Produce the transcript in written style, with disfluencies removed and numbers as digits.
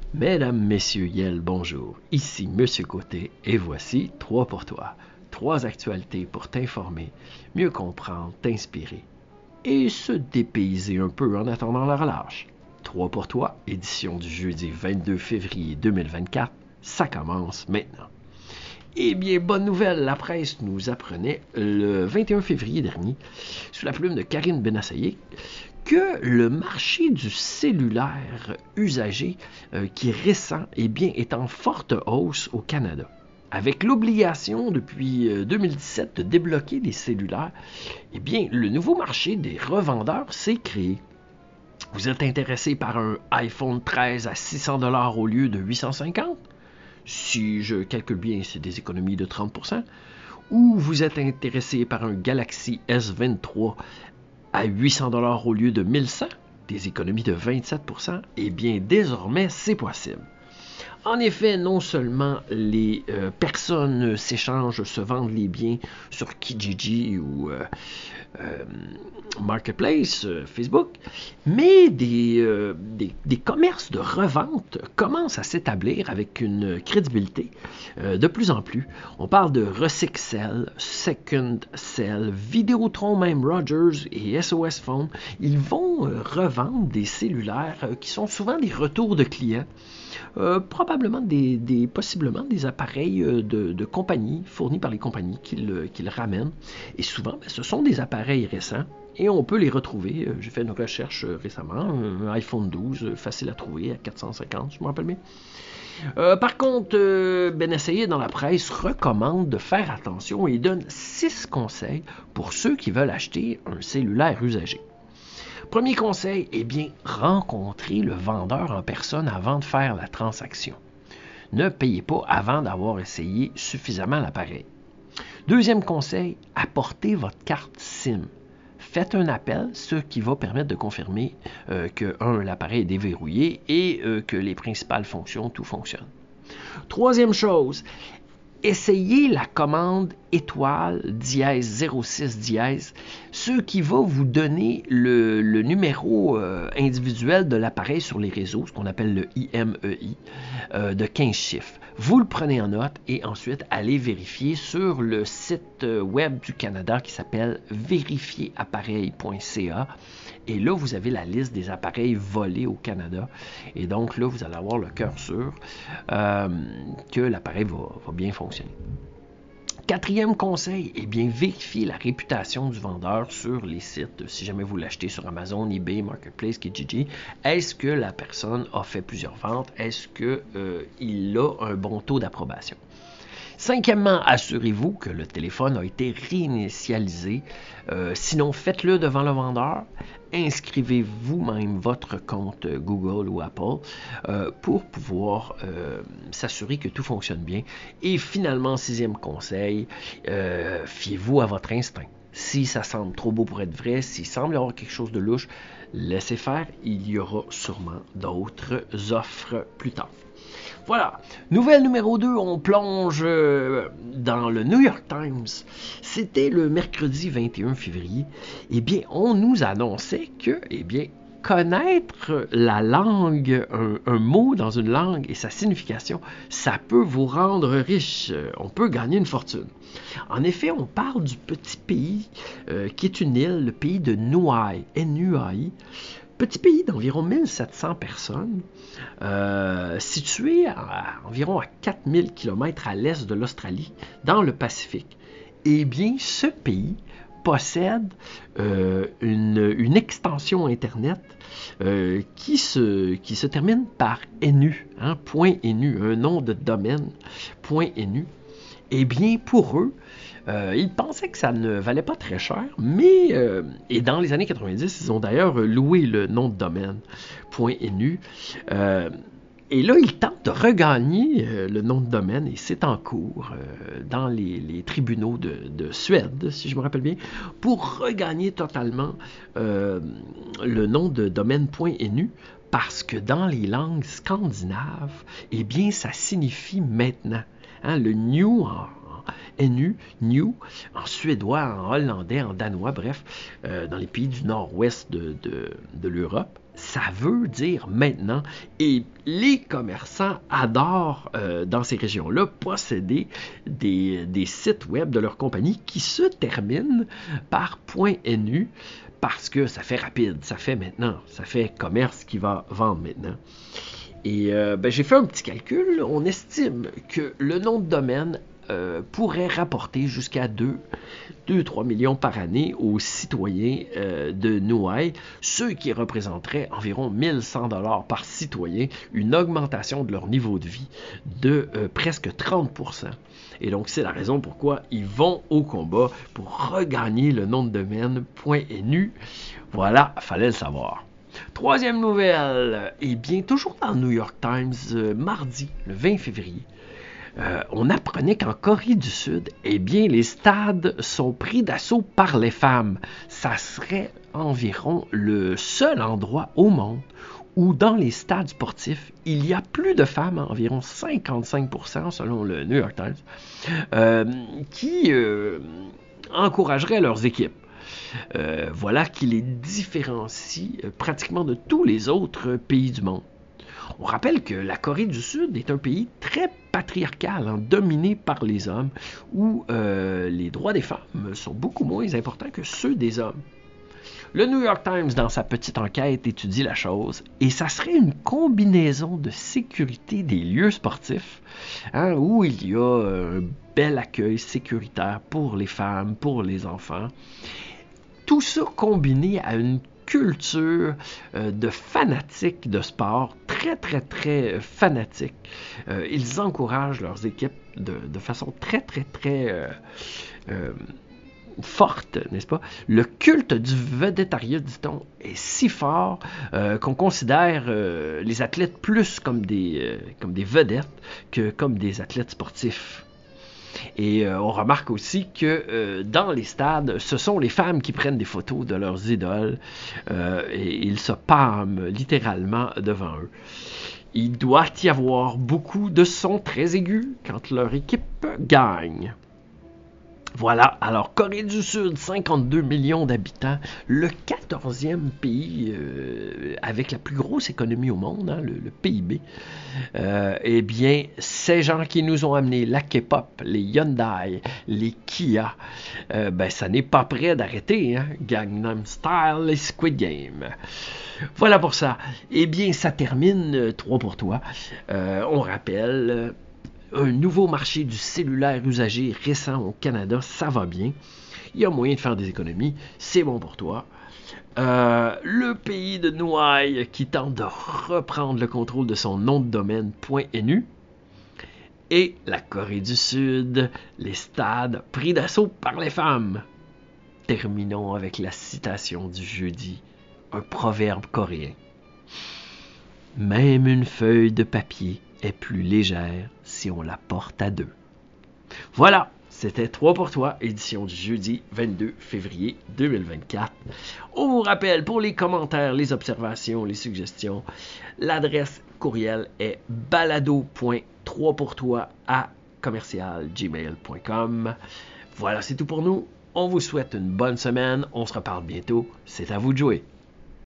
Mesdames, Messieurs, Yel, bonjour. Ici Monsieur Côté et voici 3 pour toi. 3 actualités pour t'informer, mieux comprendre, t'inspirer et se dépayser un peu en attendant la relâche. 3 pour toi, édition du jeudi 22 février 2024, ça commence maintenant. Eh bien, bonne nouvelle, la presse nous apprenait le 21 février dernier, sous la plume de Karine Benassayé, que le marché du cellulaire usagé, qui est récent, eh bien, est en forte hausse au Canada. Avec l'obligation depuis 2017 de débloquer les cellulaires, eh bien, le nouveau marché des revendeurs s'est créé. Vous êtes intéressé par un iPhone 13 à 600$ au lieu de 850$? Si je calcule bien, c'est des économies de 30%. Ou vous êtes intéressé par un Galaxy S23 à 800$ au lieu de 1100$, des économies de 27%, eh bien désormais c'est possible. En effet, non seulement les personnes s'échangent, se vendent les biens sur Kijiji ou Marketplace, Facebook, mais des commerces de revente commencent à s'établir avec une crédibilité de plus en plus. On parle de Recyxel, Second Cell, Vidéotron, même Rogers et SOS Phone. Ils vont revendre des cellulaires qui sont souvent des retours de clients. Probablement possiblement des appareils de compagnies, fournis par les compagnies qu'ils ramènent. Et souvent, ce sont des appareils récents et on peut les retrouver. J'ai fait une recherche récemment, un iPhone 12, facile à trouver, à 450, je me rappelle bien. Par contre, Benassayé dans la presse recommande de faire attention et donne 6 conseils pour ceux qui veulent acheter un cellulaire usagé. Premier conseil, eh bien, rencontrez le vendeur en personne avant de faire la transaction. Ne payez pas avant d'avoir essayé suffisamment l'appareil. Deuxième conseil, apportez votre carte SIM. Faites un appel, ce qui va permettre de confirmer que l'appareil est déverrouillé et que les principales fonctions, tout fonctionne. Troisième chose, essayez la commande étoile dièse 06 dièse, ce qui va vous donner le numéro individuel de l'appareil sur les réseaux, ce qu'on appelle le IMEI, de 15 chiffres. Vous le prenez en note et ensuite allez vérifier sur le site web du Canada qui s'appelle vérifierappareil.ca. Et là, vous avez la liste des appareils volés au Canada. Et donc là, vous allez avoir le cœur sûr que l'appareil va bien fonctionner. Quatrième conseil, eh bien, vérifiez la réputation du vendeur sur les sites. Si jamais vous l'achetez sur Amazon, eBay, Marketplace, Kijiji, est-ce que la personne a fait plusieurs ventes? Est-ce qu'il a un bon taux d'approbation? Cinquièmement, assurez-vous que le téléphone a été réinitialisé. Sinon, faites-le devant le vendeur. Inscrivez vous-même votre compte Google ou Apple pour pouvoir s'assurer que tout fonctionne bien. Et finalement, sixième conseil, fiez-vous à votre instinct. Si ça semble trop beau pour être vrai, s'il semble y avoir quelque chose de louche, laissez faire. Il y aura sûrement d'autres offres plus tard. Voilà, nouvelle numéro 2, on plonge dans le New York Times. C'était le mercredi 21 février. Eh bien, on nous annonçait que, eh bien, connaître la langue, un mot dans une langue et sa signification, ça peut vous rendre riche. On peut gagner une fortune. En effet, on parle du petit pays qui est une île, le pays de Niue, N-U-A-I. Petit pays d'environ 1700 personnes, situé environ à 4000 km à l'est de l'Australie, dans le Pacifique. Eh bien, ce pays possède une extension Internet qui se termine par .nu, .nu, un nom de domaine, .nu. Eh bien, pour eux, ils pensaient que ça ne valait pas très cher, mais et dans les années 90, ils ont d'ailleurs loué le nom de domaine .nu. Et là, ils tentent de regagner le nom de domaine et c'est en cours dans les tribunaux de Suède, si je me rappelle bien, pour regagner totalement le nom de domaine .nu. Parce que dans les langues scandinaves, eh bien, ça signifie maintenant. Le new en NU, new, en suédois, en hollandais, en danois, bref, dans les pays du nord-ouest de l'Europe, ça veut dire maintenant. Et les commerçants adorent, dans ces régions-là, posséder des sites web de leur compagnie qui se terminent par .nu parce que ça fait rapide, ça fait maintenant, ça fait commerce qui va vendre maintenant. Et j'ai fait un petit calcul. On estime que le nom de domaine pourrait rapporter jusqu'à 2-3 millions par année aux citoyens de Noailles, ce qui représenterait environ 1100 $ par citoyen, une augmentation de leur niveau de vie de presque 30%. Et donc, c'est la raison pourquoi ils vont au combat pour regagner le nom de domaine .nu. Voilà, fallait le savoir. Troisième nouvelle, bien, toujours dans le New York Times, mardi, le 20 février, on apprenait qu'en Corée du Sud, bien, les stades sont pris d'assaut par les femmes. Ça serait environ le seul endroit au monde où dans les stades sportifs, il y a plus de femmes, environ 55% selon le New York Times, qui encourageraient leurs équipes. Voilà qui les différencie pratiquement de tous les autres pays du monde. On rappelle que la Corée du Sud est un pays très patriarcal, dominé par les hommes, où les droits des femmes sont beaucoup moins importants que ceux des hommes. Le New York Times, dans sa petite enquête, étudie la chose, et ça serait une combinaison de sécurité des lieux sportifs, où il y a un bel accueil sécuritaire pour les femmes, pour les enfants. Tout ça combiné à une culture de fanatiques de sport, très, très, très fanatiques. Ils encouragent leurs équipes de façon très, très, très forte, n'est-ce pas? Le culte du vedettariat, dit-on, est si fort qu'on considère les athlètes plus comme des vedettes que comme des athlètes sportifs. Et on remarque aussi que dans les stades, ce sont les femmes qui prennent des photos de leurs idoles et ils se pâment littéralement devant eux. Il doit y avoir beaucoup de sons très aigus quand leur équipe gagne. Voilà, alors Corée du Sud, 52 millions d'habitants, le 14e pays avec la plus grosse économie au monde, le PIB. Bien, ces gens qui nous ont amené la K-pop, les Hyundai, les Kia, ça n'est pas prêt d'arrêter, Gangnam Style, les Squid Game. Voilà pour ça. Bien, ça termine 3 pour toi. On rappelle... un nouveau marché du cellulaire usagé récent au Canada, ça va bien. Il y a moyen de faire des économies, c'est bon pour toi. Le pays de Noailles qui tente de reprendre le contrôle de son nom de domaine .nu. Et la Corée du Sud, les stades pris d'assaut par les femmes. Terminons avec la citation du jeudi, un proverbe coréen. Même une feuille de papier est plus légère si on la porte à deux. Voilà, c'était 3 pour toi, édition du jeudi 22 février 2024. On vous rappelle, pour les commentaires, les observations, les suggestions, l'adresse courriel est balado.3pourtoi@gmail.com. Voilà, c'est tout pour nous. On vous souhaite une bonne semaine. On se reparle bientôt. C'est à vous de jouer.